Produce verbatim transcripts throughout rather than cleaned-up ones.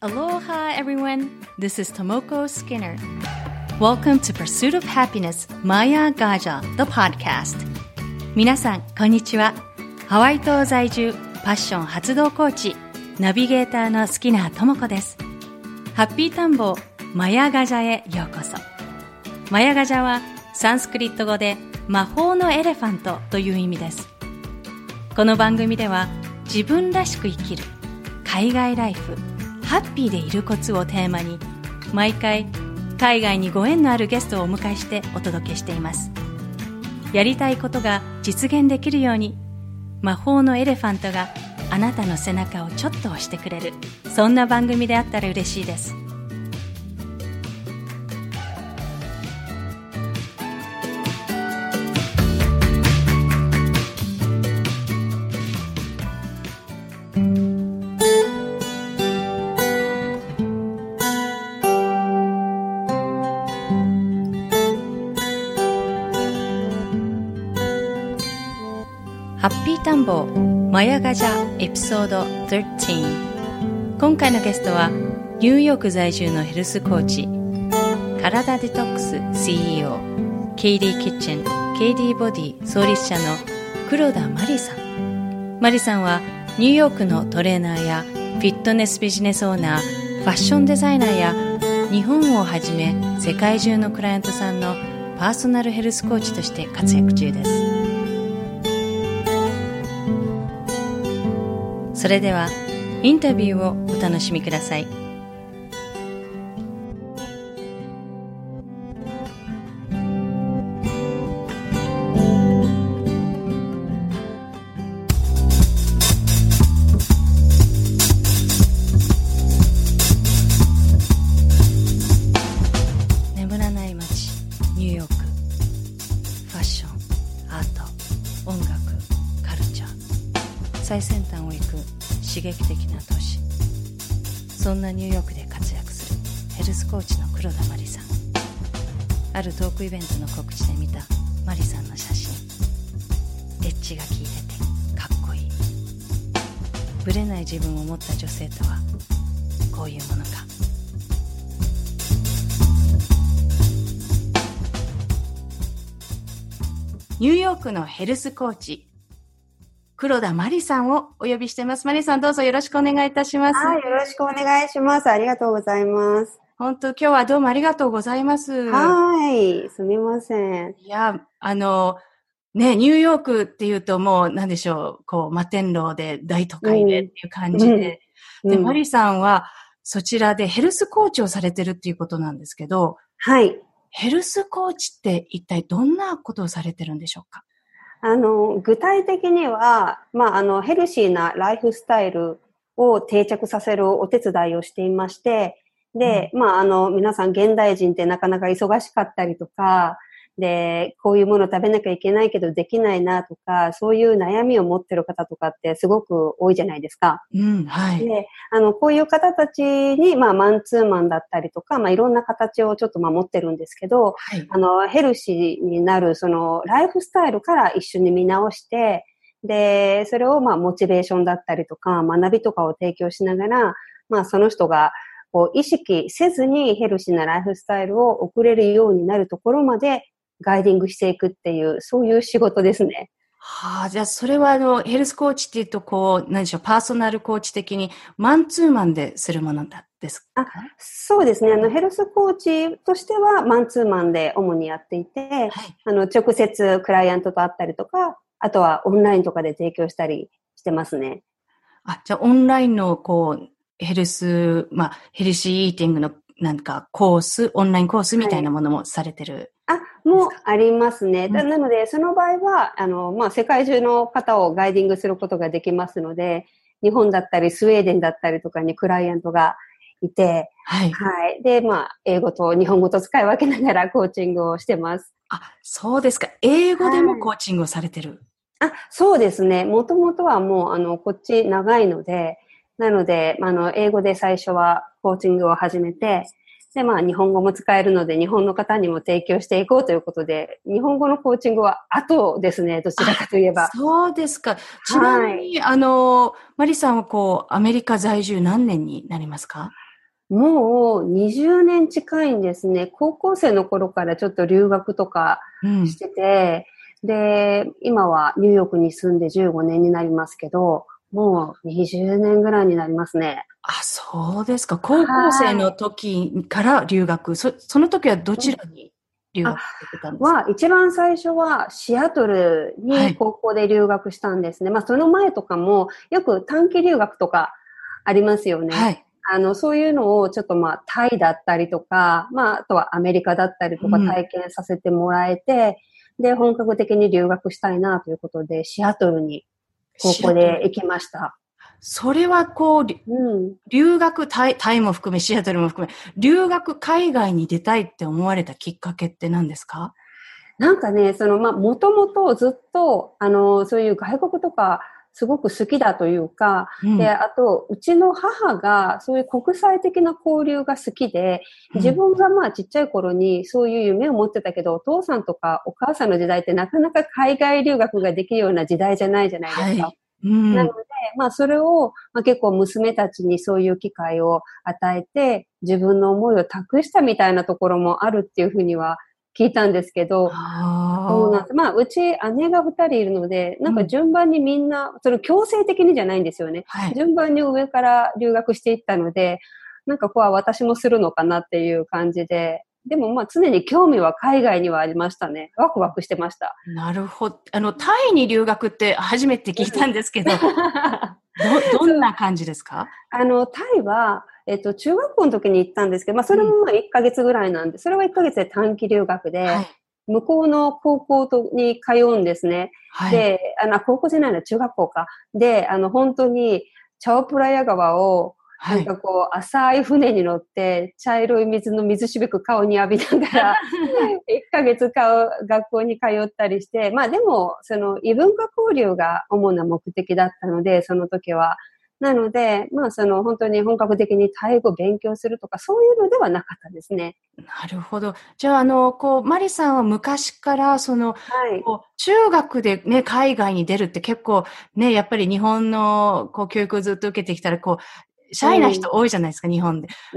Aloha, everyone. This is Tomoko Skinner. Welcome to Pursuit of Happiness, Maya Gaja, the podcast. 皆さん、こんにちは。ハワイ島在住、パッション発動コーチ、ナビゲーターのスキナー智子です。ハッピータンボー、マヤガジャへようこそ。マヤガジャは、サンスクリット語で魔法のエレファントという意味です。この番組では、自分らしく生きる、海外ライフ、ハッピーでいるコツをテーマに毎回海外にご縁のあるゲストをお迎えしてお届けしています。やりたいことが実現できるように魔法のエレファントがあなたの背中をちょっと押してくれる、そんな番組であったら嬉しいです。ハッピータンボーマヤガジャエピソードじゅうさん。今回のゲストはニューヨーク在住のヘルスコーチ、体デトックス シーイーオー、ケイディキッチン、ケイディボディ創立者の黒田真理さん。真理さんはニューヨークのトレーナーやフィットネスビジネスオーナー、ファッションデザイナーや日本をはじめ世界中のクライアントさんのパーソナルヘルスコーチとして活躍中です。それではインタビューをお楽しみください。眠らない街ニューヨーク。ファッション、アート、音楽、カルチャー、最先端を行く刺激的な都市。そんなニューヨークで活躍するヘルスコーチの黒田真理さん。あるトークイベントの告知で見た真理さんの写真。エッジが効いててかっこいい。ぶれない自分を持った女性とはこういうものか。ニューヨークのヘルスコーチ黒田真理さんをお呼びしています。真理さん、どうぞよろしくお願いいたします。 はい、よろしくお願いします。ありがとうございます。 本当、今日はどうもありがとうございます。 はい、すみません。 いや、あの、ね、ニューヨークっていうともう、なんでしょう、こう、摩天楼で大都会でっていう感じで。うんうん、で、真理さんはそちらでヘルスコーチをされてるっていうことなんですけど、 はい。 ヘルスコーチって一体どんなことをされてるんでしょうか？ あの、具体的には、まあ、あの、ヘルシーなライフスタイルを定着させるお手伝いをしていまして、で、うん、まあ、あの、皆さん現代人ってなかなか忙しかったりとか、で、こういうもの食べなきゃいけないけどできないなとか、そういう悩みを持ってる方とかってすごく多いじゃないですか。 うん、はい。 で、あの、こういう方たちに、まあ、マンツーマンだったりとか、まあ、いろんな形をちょっと守ってるんですけど、はい、あの、ヘルシーになる、その、ライフスタイルから一緒に見直して、で、それを、まあ、モチベーションだったりとか、学びとかを提供しながら、まあ、その人が、こう、意識せずにヘルシーなライフスタイルを送れるようになるところまで、ガイディングしていくっていう、そういう仕事ですね。 はあ、じゃあそれはあの、ヘルスコーチっていうとこう、何でしょう、パーソナルコーチ的にマンツーマンでするものですか？ あ、そうですね。あの、ヘルスコーチとしてはマンツーマンで主にやっていて、はい、あの、直接クライアントと会ったりとか、あとはオンラインとかで提供したりしてますね。 あ、じゃあオンラインのこう、ヘルス、まあ、ヘルシーイーティングのなんかコース、オンラインコースみたいなものもされてる、 はい、あ、もうありますね。うん、なので、その場合は、あの、まあ、世界中の方をガイディングすることができますので、日本だったり、スウェーデンだったりとかにクライアントがいて、はい。はい。で、まあ、英語と日本語と使い分けながらコーチングをしてます。 あ、そうですか。英語でもコーチングをされてる。 はい、あ、そうですね。もともとはもう、あの、こっち長いので、なので、あの、英語で最初はコーチングを始めて、で、まあ、日本語も使えるので、日本の方にも提供していこうということで、日本語のコーチングは後ですね、どちらかといえば。 そうですか。ちなみに、はい、あの、マリさんはこう、アメリカ在住何年になりますか？ もうにじゅうねん近いんですね。高校生の頃からちょっと留学とかしてて、うん、で、今はニューヨークに住んでじゅうごねんになりますけど、もうにじゅうねんぐらいになりますね。 あ、そうですか。高校生の時から留学。そ、その時はどちらに留学してたんですか？ は、一番最初はシアトルに高校で留学したんですね。はい、まあ、その前とかもよく短期留学とかありますよね。はい。あの、そういうのをちょっとまあ、タイだったりとか、まあ、あとはアメリカだったりとか体験させてもらえて、うん、で、本格的に留学したいなということで、シアトルに高校で行きました。 それはこう、うん、留学タイ、タイも含め、シアトルも含め、留学海外に出たいって思われたきっかけって何ですか？ なんかね、その、まあ、もともとずっと、あの、そういう外国とか、すごく好きだというか、うん、で、あと、うちの母がそういう国際的な交流が好きで、自分がまあちっちゃい頃にそういう夢を持ってたけど、お父さんとかお母さんの時代ってなかなか海外留学ができるような時代じゃないじゃないですか。はい、うん、なので、まあそれを、まあ、結構娘たちにそういう機会を与えて、自分の思いを託したみたいなところもあるっていうふうには聞いたんですけど、そうなんです。まあ、うち姉が二人いるので、なんか順番にみんな、うん、それ強制的にじゃないんですよね。はい、順番に上から留学していったので、なんかこうは私もするのかなっていう感じで、でもまあ常に興味は海外にはありましたね。ワクワクしてました。 なるほど。あの、タイに留学って初めて聞いたんですけど、ど、どんな感じですか？ あの、タイは、えっと、中学校の時に行ったんですけど、まあ、それもまあいっかげつぐらいなんで、それはいっかげつで短期留学で、はい、向こうの高校とに通うんですね。はい、で、あの、高校じゃないの、中学校か。で、あの、本当に、チャオプラヤ川を、なんかこう、浅い船に乗って、茶色い水の水しぶく顔に浴びながら、いっかげつか学校に通ったりして、まあでも、その異文化交流が主な目的だったので、その時は。なので、まあその本当に本格的にタイ語を勉強するとか、そういうのではなかったですね。 なるほど。じゃあ、あの、こう、マリさんは昔から、その、はい、こう中学でね、海外に出るって結構ね、やっぱり日本のこう教育をずっと受けてきたら、こう、シャイな人多いじゃないですか、うん、日本で。うん。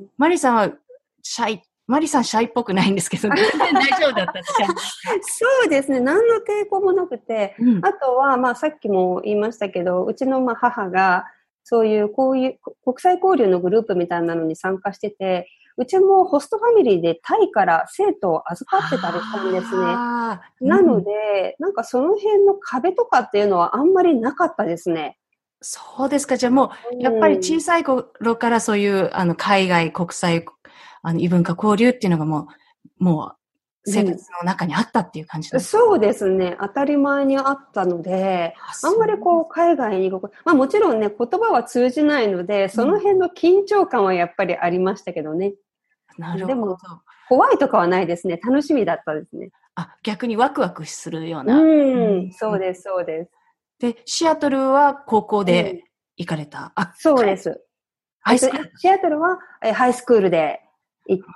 マリさんは、シャイ、マリさんシャイっぽくないんですけど、全然大丈夫だったって感じですか？ そうですね。何の抵抗もなくて、うん、あとは、まあさっきも言いましたけど、うちのまあ母が、そういう、こういう国際交流のグループみたいなのに参加してて、うちもホストファミリーでタイから生徒を預かってたりしたんですね。うん、なので、なんかその辺の壁とかっていうのはあんまりなかったですね。 そうですか。じゃあもう、やっぱり小さい頃からそういう、あの、海外、国際、あの、異文化交流っていうのがもう、もう、生活の中にあったっていう感じなんですか？ うん、そうですね。当たり前にあったので、あんまりこう、海外に行く、まあもちろんね、言葉は通じないので、その辺の緊張感はやっぱりありましたけどね。 うん、なるほど。 でも、怖いとかはないですね。楽しみだったですね。 あ、逆にワクワクするような。 うん、うん、そうです、そうです。 で、シアトルは高校で行かれた。うん、 あ、そうです。ハイスクール。シアトルはハイスクールで行って、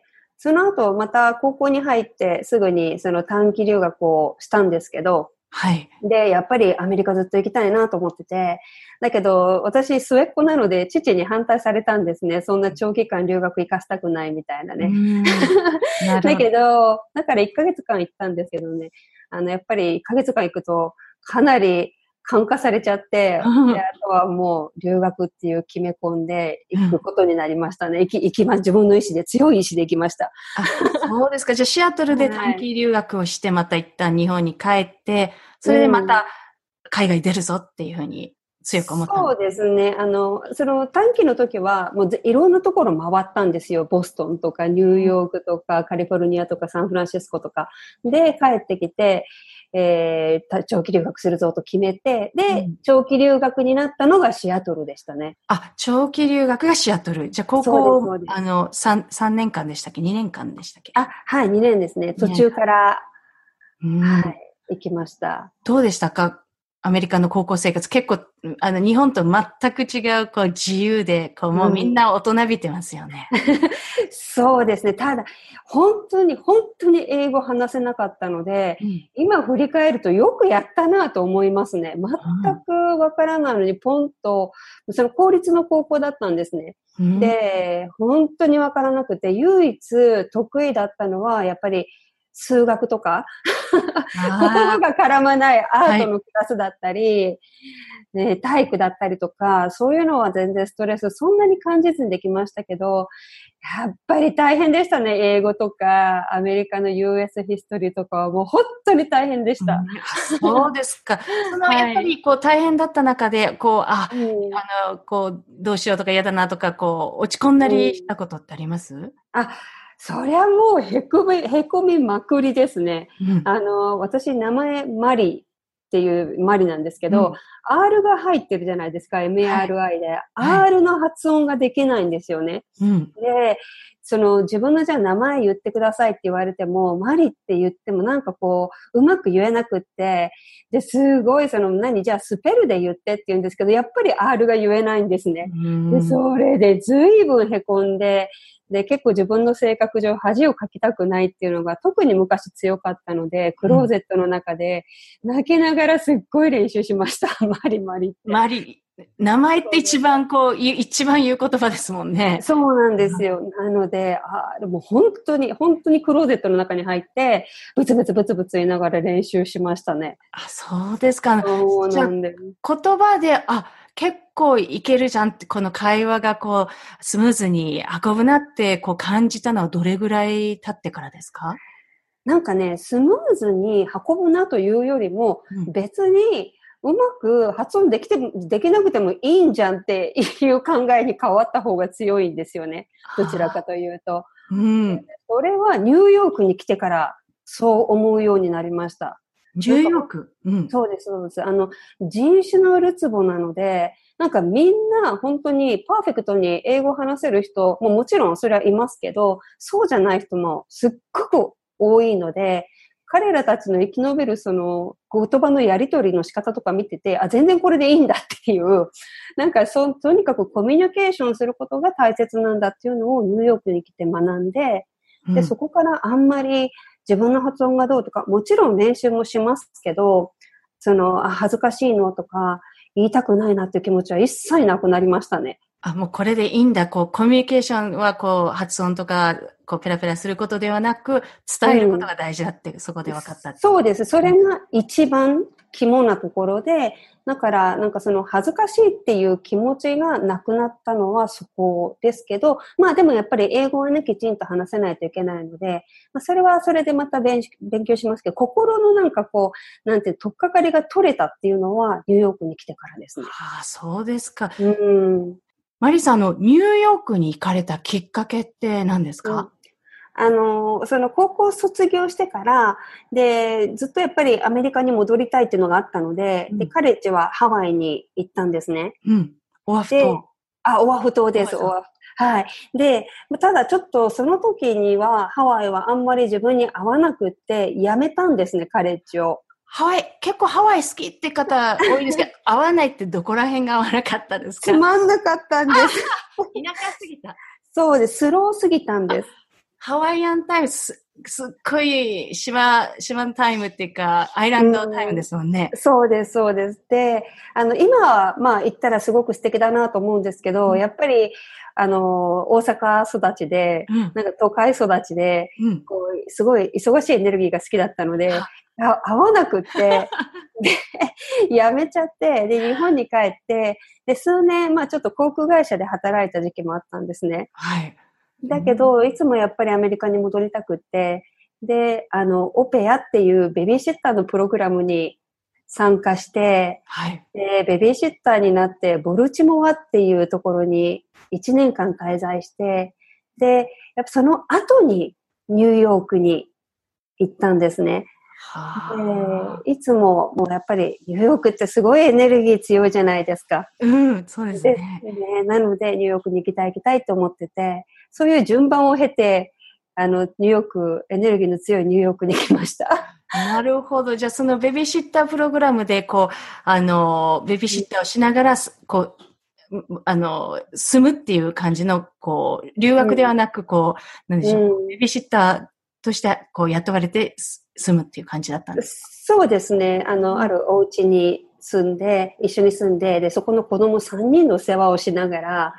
その後また高校に入ってすぐにその短期留学をしたんですけど、はい。で、やっぱりアメリカずっと行きたいなと思ってて、だけど私末っ子なので父に反対されたんですね。そんな長期間留学行かせたくないみたいなね。なだけど、だからいっかげつかん行ったんですけどね、あの、やっぱりいっかげつかん行くとかなり感化されちゃって、で、あとはもう留学っていう決め込んで行くことになりましたね。うん、行き、行きま、自分の意思で、強い意志で行きました。 あ、そうですか。じゃあシアトルで短期留学をして、また一旦日本に帰って、それでまた海外出るぞっていうふうに強く思ったんです、 そうですね。あの、その短期の時はもういろんなところ回ったんですよ。ボストンとかニューヨークとかカリフォルニアとかサンフランシスコとか。で、帰ってきて、えー、長期留学するぞと決めて、で、うん、長期留学になったのがシアトルでしたね。 あ、長期留学がシアトル。じゃあ高校、あの、3、三年間でしたっけ ?に 年間でしたっけ？ あ、はい、にねんですね。途中から、うん、はい、行きました。 どうでしたか？アメリカの高校生活。結構、あの、日本と全く違う、こう、自由で、こう、もうみんな大人びてますよね。 うん、そうですね。ただ、本当に、本当に英語話せなかったので、うん、今振り返るとよくやったなと思いますね。全くわからないのに、ポンと、その公立の高校だったんですね。 で、本当にわからなくて、唯一得意だったのは、やっぱり数学とか、言葉が絡まないアートのクラスだったり、はい、ね、体育だったりとか、そういうのは全然ストレスそんなに感じずにできましたけど、やっぱり大変でしたね。英語とか、アメリカの ユーエス ヒストリーとかはもう本当に大変でした。 うん、そうですか。その、やっぱりこう大変だった中で、こう、あ、うん、あの、こう、どうしようとか嫌だなとか、こう、落ち込んだりしたことってあります？うん、 あ、そりゃもうへこみ、へこみまくりですね。うん、あの、私名前マリっていうマリなんですけど、うん、R が入ってるじゃないですか、エムエーアールアイ で。はい、R の発音ができないんですよね。うん、で、その自分のじゃあ名前言ってくださいって言われても、マリって言ってもなんかこう、うまく言えなくって、で、すごいその何、じゃあスペルで言ってって言うんですけど、やっぱり R が言えないんですね。うん、で、それで随分凹んで、で、結構自分の性格上恥をかきたくないっていうのが特に昔強かったので、クローゼットの中で泣きながらすっごい練習しました。マリマリって。 マリ。名前って一番こう、一番言う言葉ですもんね。 そうなんですよ。なので、あでも本当に、本当にクローゼットの中に入って、ブツブツブツブツ言いながら練習しましたね。 あ、そうですか。 そうなんです。 言葉で、あ、結構いけるじゃんって、この会話がこう、スムーズに運ぶなってこう感じたのはどれぐらい経ってからですか？ なんかね、スムーズに運ぶなというよりも、うん、別に、うまく発音できても、できなくてもいいんじゃんっていう考えに変わった方が強いんですよね。どちらかというと。うん。それはニューヨークに来てからそう思うようになりました。 ニューヨーク、 うん、そうです、そうです。あの、人種のるつぼなので、なんかみんな本当にパーフェクトに英語を話せる人ももちろんそれはいますけど、そうじゃない人もすっごく多いので、彼らたちの生き延びるその言葉のやり取りの仕方とか見てて、あ、全然これでいいんだっていう、なんかそ、とにかくコミュニケーションすることが大切なんだっていうのをニューヨークに来て学んで、で、うん、そこからあんまり自分の発音がどうとか、もちろん練習もしますけど、その、あ、恥ずかしいのとか、言いたくないなっていう気持ちは一切なくなりましたね。 あ、もうこれでいいんだ。こう、コミュニケーションはこう、発音とか、こう、ペラペラすることではなく、伝えることが大事だって、うん、そこで分かったって。 そうです。それが一番肝なところで、だから、なんかその恥ずかしいっていう気持ちがなくなったのはそこですけど、まあでもやっぱり英語はね、きちんと話せないといけないので、まあ、それはそれでまた勉強しますけど、心のなんかこう、なんていう、とっかかりが取れたっていうのは、ニューヨークに来てからですね。 ああ、そうですか。 うん。 マリさん、あの、ニューヨークに行かれたきっかけって何ですか？ うん、あの、その高校卒業してから、で、ずっとやっぱりアメリカに戻りたいっていうのがあったので、うん、で、カレッジはハワイに行ったんですね。 うん。オアフ島。 あ、オアフ島です、オアフ。はい。で、ただちょっとその時にはハワイはあんまり自分に合わなくって辞めたんですね、カレッジを。 ハワイ、結構ハワイ好きって方多いですけど、合わないってどこら辺が合わなかったですか？ つまんなかったんです。 田舎すぎた。 そうです。スローすぎたんです。 ハワイアンタイムす、すっごい島、島タイムっていうか、アイランドタイムですもんね。 うん、そうです、そうです。で、あの、今は、まあ、行ったらすごく素敵だなと思うんですけど、うん、やっぱり、あの、大阪育ちで、うん、なんか都会育ちで、うん、こう、すごい忙しいエネルギーが好きだったので、あ合わなくって、で、やめちゃって、で、日本に帰って、で、数年、まあちょっと航空会社で働いた時期もあったんですね。 はい。 だけど、いつもやっぱりアメリカに戻りたくって、で、あの、オペアっていうベビーシッターのプログラムに参加して、 はい。 で、ベビーシッターになって、ボルチモアっていうところにいちねんかん滞在して、で、やっぱその後にニューヨークに行ったんですね。 はでいつも、もうやっぱりニューヨークってすごいエネルギー強いじゃないですか。 うん、そうですね。 でね、なのでニューヨークに行きたい行きたいと思ってて、そういう順番を経て、あの、ニューヨーク、エネルギーの強いニューヨークに来ました。 なるほど。じゃあそのベビーシッタープログラムで、こう、あの、ベビーシッターをしながら、こう、あの、住むっていう感じの、こう、留学ではなく、こう、なんでしょう、うん、ベビーシッターとして、こう、雇われて住むっていう感じだったんですか？ そうですね。あの、うん、あるお家に住んで、一緒に住んで、で、そこの子供さんにんの世話をしながら、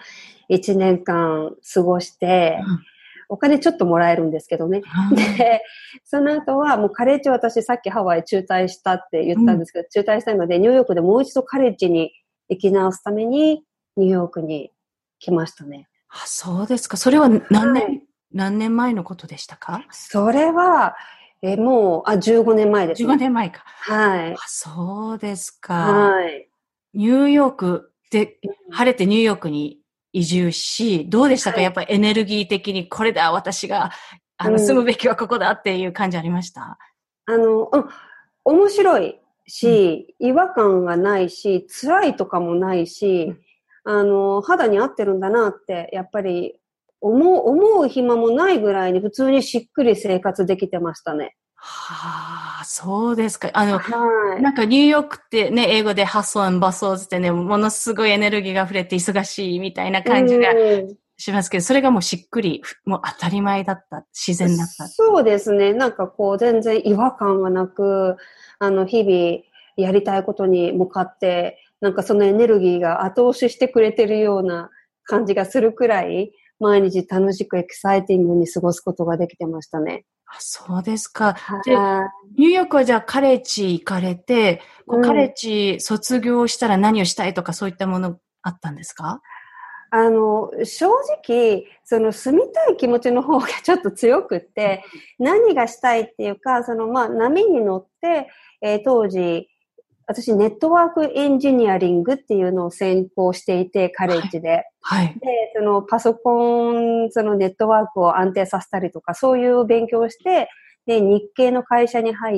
いちねんかん過ごして、うん、お金ちょっともらえるんですけどね。うん、で、その後はもうカレッジ私さっきハワイ中退したって言ったんですけど、うん、中退したのでニューヨークでもう一度カレッジに行き直すためにニューヨークに来ましたね。 あ、そうですか。それは何年、はい、何年前のことでしたか？ それは、え、もう、あ、じゅうごねんまえです、ね。 じゅうごねんまえか。 はい。 あ、そうですか。 はい。 ニューヨークで、晴れてニューヨークに移住し、どうでしたか？はい、やっぱりエネルギー的にこれだ、私が、あの、住むべきはここだっていう感じありました？ あの、うん、面白いし、うん、違和感がないし、辛いとかもないし、うん、あの、肌に合ってるんだなって、やっぱり、思う、思う暇もないぐらいに普通にしっくり生活できてましたね。 はあ、そうですか。あの、 はい。 なんかニューヨークってね、英語でハッスル&バソーズってね、ものすごいエネルギーが溢れて忙しいみたいな感じがしますけど、それがもうしっくり、もう当たり前だった、自然だった。 そうですね。なんかこう全然違和感がなく、あの、日々やりたいことに向かって、なんかそのエネルギーが後押ししてくれてるような感じがするくらい、毎日楽しくエキサイティングに過ごすことができてましたね。 あ、そうですか。で、ニューヨークはじゃあカレッジ行かれて、こうカレッジ卒業したら何をしたいとかそういったものあったんですか？ あの、正直、その住みたい気持ちの方がちょっと強くって、何がしたいっていうか、そのまあ波に乗って、えー、当時、私ネットワークエンジニアリングっていうのを専攻していて、カレッジで。 はい。はい、 で、そのパソコン、そのネットワークを安定させたりとか、そういう勉強をして、で、日系の会社に入って、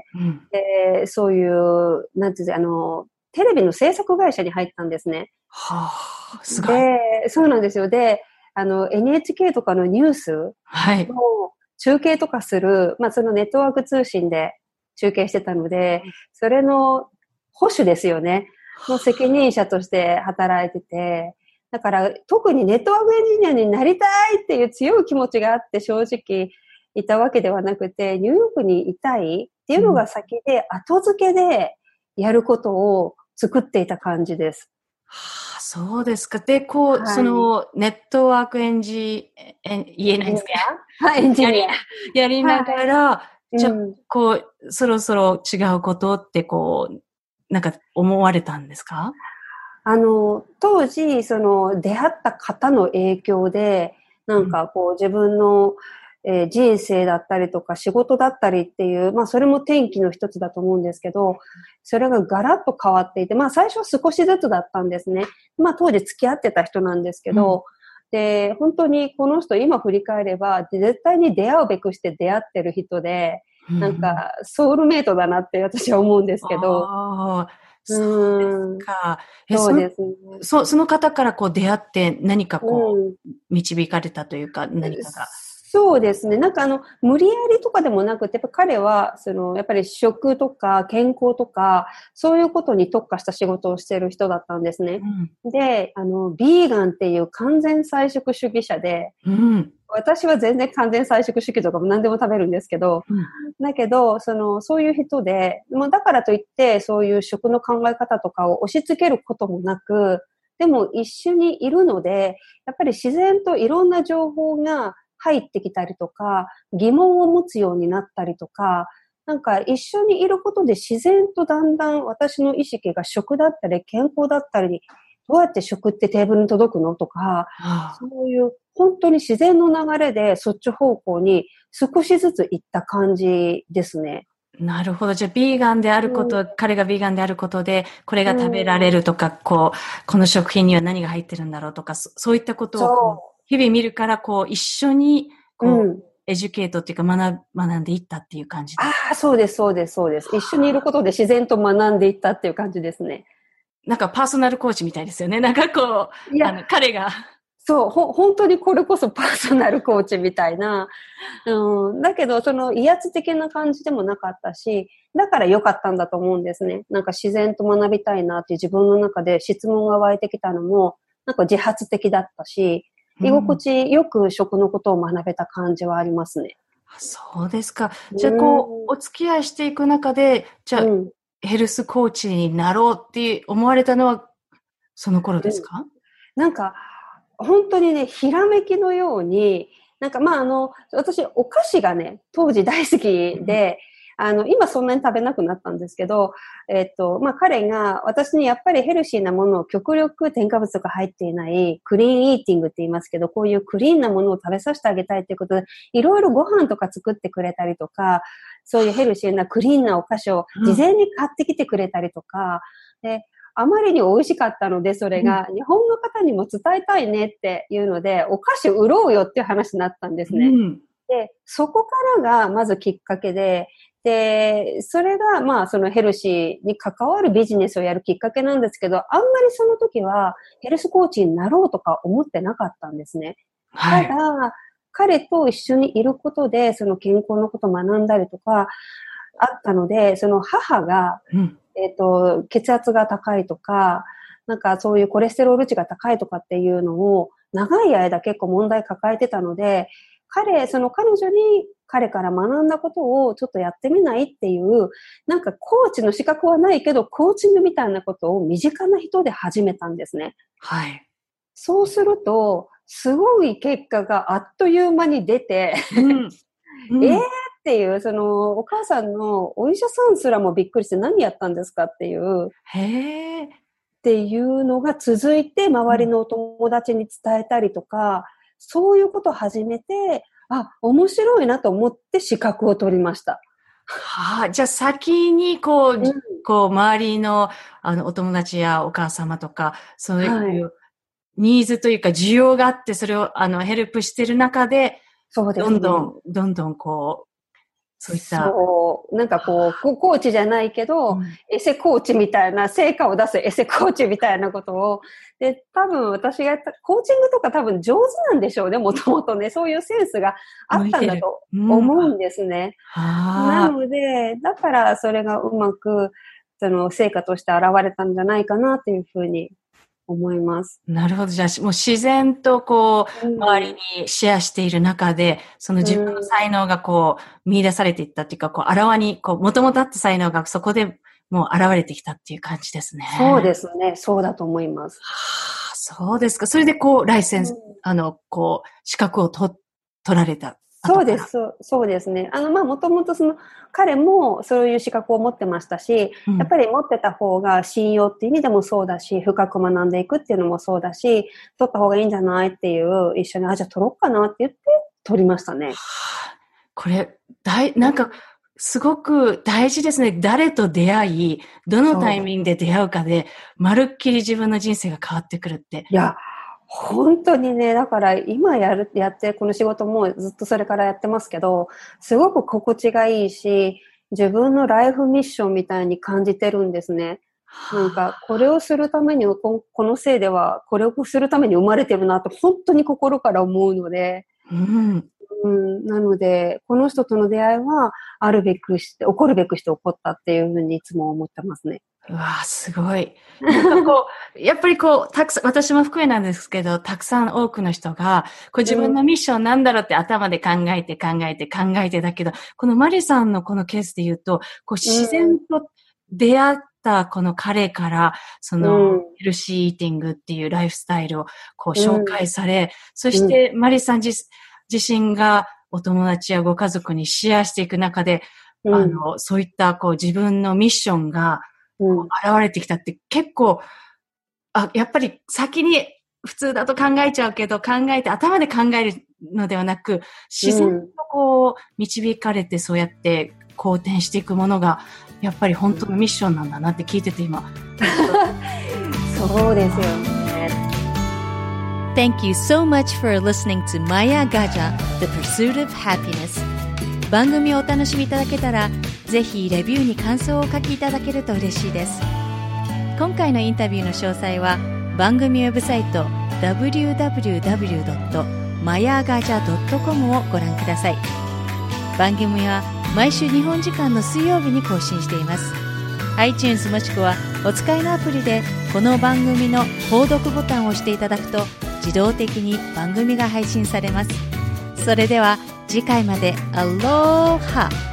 うん、で、そういう、なんていうあの、テレビの制作会社に入ったんですね。 はあ、すごい。 で、そうなんですよ。で、あの、エヌエイチケー とかのニュースを中継とかする、はい、まあ、そのネットワーク通信で中継してたので、それの保守ですよね。の責任者として働いてて、だから特にネットワークエンジニアになりたいっていう強い気持ちがあって正直いたわけではなくて、ニューヨークにいたいっていうのが先で、後付けでやることを作っていた感じです。 はあ、そうですか。で、こう、はい、その、ネットワークエンジ、え言えないんですけど。はい、エンジニア。 やりながら、はい、じゃあ、うん、こう、そろそろ違うことって、こう、なんか思われたんですか？ あの、当時、その、出会った方の影響で、なんかこう、自分の、えー、人生だったりとか仕事だったりっていう、まあそれも転機の一つだと思うんですけど、それがガラッと変わっていて、まあ最初は少しずつだったんですね。まあ当時付き合ってた人なんですけど、うん、で、本当にこの人今振り返れば、絶対に出会うべくして出会ってる人で、うん、なんかソウルメイトだなって私は思うんですけど、 あそうですか。 えそうですね。 そ、その方からこう出会って何かこう、うん、導かれたというか何かが。 そうですね。なんかあの、無理やりとかでもなくて、やっぱ彼は、その、やっぱり食とか健康とか、そういうことに特化した仕事をしている人だったんですね。うん、で、あの、ビーガンっていう完全菜食主義者で、うん、私は全然完全菜食主義とかも何でも食べるんですけど、うん、だけど、その、そういう人で、もうだからといって、そういう食の考え方とかを押し付けることもなく、でも一緒にいるので、やっぱり自然といろんな情報が入ってきたりとか、疑問を持つようになったりとか、なんか一緒にいることで自然とだんだん私の意識が食だったり健康だったりに、どうやって食ってテーブルに届くのとか、はあ、そういう本当に自然の流れでそっち方向に少しずつ行った感じですね。 なるほど。じゃあ、ビーガンであること、うん、彼がビーガンであることで、これが食べられるとか、うん、こう、この食品には何が入ってるんだろうとか、そ, そういったことを日々見るから、こう、一緒に、こう、うん、エデュケートっていうか学、学んでいったっていう感じです。 ああ、そうです、そうです、そうです。一緒にいることで自然と学んでいったっていう感じですね。 なんかパーソナルコーチみたいですよね。なんかこう、あの、彼が。 そう、ほ、本当にこれこそパーソナルコーチみたいな。うん、だけど、その威圧的な感じでもなかったし、だから良かったんだと思うんですね。なんか自然と学びたいなっていう自分の中で質問が湧いてきたのも、なんか自発的だったし、居心地よく食のことを学べた感じはありますね。 うん、そうですか。じゃあ、こう、お付き合いしていく中で、じゃあ、うん、ヘルスコーチになろうって思われたのは、その頃ですか？ うん、なんか、 本当にね、ひらめきのように、なんかまああの、私お菓子がね、当時大好きで、あの、今そんなに食べなくなったんですけど、えっと、まあ彼が私にやっぱりヘルシーなものを極力添加物が入っていないクリーンイーティングって言いますけど、こういうクリーンなものを食べさせてあげたいということで、いろいろご飯とか作ってくれたりとか、そういうヘルシーなクリーンなお菓子を事前に買ってきてくれたりとか、うん、で、あまりに美味しかったので、それが、日本の方にも伝えたいねっていうので、お菓子売ろうよっていう話になったんですね。うん、で、そこからがまずきっかけで、で、それが、まあ、そのヘルシーに関わるビジネスをやるきっかけなんですけど、あんまりその時はヘルスコーチになろうとか思ってなかったんですね。はい、ただ、彼と一緒にいることで、その健康のことを学んだりとか、あったので、その母が、うん、えっと、血圧が高いとか、なんかそういうコレステロール値が高いとかっていうのを、長い間結構問題抱えてたので、彼、その彼女に彼から学んだことをちょっとやってみないっていう、なんかコーチの資格はないけど、コーチングみたいなことを身近な人で始めたんですね。 はい。 そうすると、すごい結果があっという間に出て、うんうん、えーっていう、その、お母さんのお医者さんすらもびっくりして何やったんですかっていう、 へーっていうのが続いて、周りのお友達に伝えたりとか、そういうことを始めて、あ、面白いなと思って資格を取りました。 はあ、じゃあ先にこう、うん、こう周りのあのお友達やお母様とか、そういうニーズというか需要があって、それをあのヘルプしてる中で、 そうですね。 どんどん、どんどんこう、そういった。 そう。なんかこう、コーチじゃないけど、うん、エセコーチみたいな、成果を出すエセコーチみたいなことを、で、多分私がやった、コーチングとか多分上手なんでしょうね、もともとね。そういうセンスがあったんだと思うんですね。うん、なので、だからそれがうまく、その成果として現れたんじゃないかなっていうふうに思います。 なるほど。じゃあ、もう自然とこう、うん、周りにシェアしている中で、その自分の才能がこう、見出されていったっていうか、こう、あらわに、こう、もともとあった才能がそこでもう現れてきたっていう感じですね。 そうですね。そうだと思います。 はあ、そうですか。それでこう、ライセンス、うん、あの、こう、資格を取、取られた。 そうです、そう、そうですね。あの、まあ、もともとその、彼もそういう資格を持ってましたし、うん、やっぱり持ってた方が信用っていう意味でもそうだし、深く学んでいくっていうのもそうだし、取った方がいいんじゃないっていう、一緒に、あ、じゃあ取ろうかなって言って、取りましたね。はあ、これ、大、なんか、すごく大事ですね。誰と出会い、どのタイミングで出会うかで、まるっきり自分の人生が変わってくるって。 いや、本当にね、だから今やる、やってこの仕事もずっとそれからやってますけど、すごく心地がいいし、自分のライフミッションみたいに感じてるんですね。なんか、これをするために、このせいでは、これをするために生まれてるなと本当に心から思うので、 うんうん、なので、この人との出会いは、あるべくして、起こるべくして起こったっていうふうにいつも思ってますね。 うわぁ、すごい。なんかこう、やっぱりこう、たくさん、私も含めなんですけど、たくさん多くの人が、こう自分のミッションなんだろうって頭で考えて考えて考えてだけど、このマリさんのこのケースで言うと、こう自然と出会ったこの彼から、その、ヘルシーイーティングっていうライフスタイルをこう紹介され、そしてマリさん自、自身がお友達やご家族にシェアしていく中で、あの、そういったこう自分のミッションが、うん、現れてきたって結構、あ、やっぱり先に普通だと考えちゃうけど、考えて頭で考えるのではなく、自然とこう導かれてそうやって好転していくものが、やっぱり本当のミッションなんだなって聞いてて今。 そうですよね。 Thank you so much for listening to Maya Gaja, The Pursuit of Happiness. 番組をお楽しみいただけたら、ぜひレビューに感想をお書きいただけると嬉しいです。今回のインタビューの詳細は番組ウェブサイト ダブリューダブリューダブリュードットマヤガジャドットコム をご覧ください。番組は毎週日本時間の水曜日に更新しています。 iTunes もしくはお使いのアプリでこの番組の購読ボタンを押していただくと自動的に番組が配信されます。それでは次回までアローハ。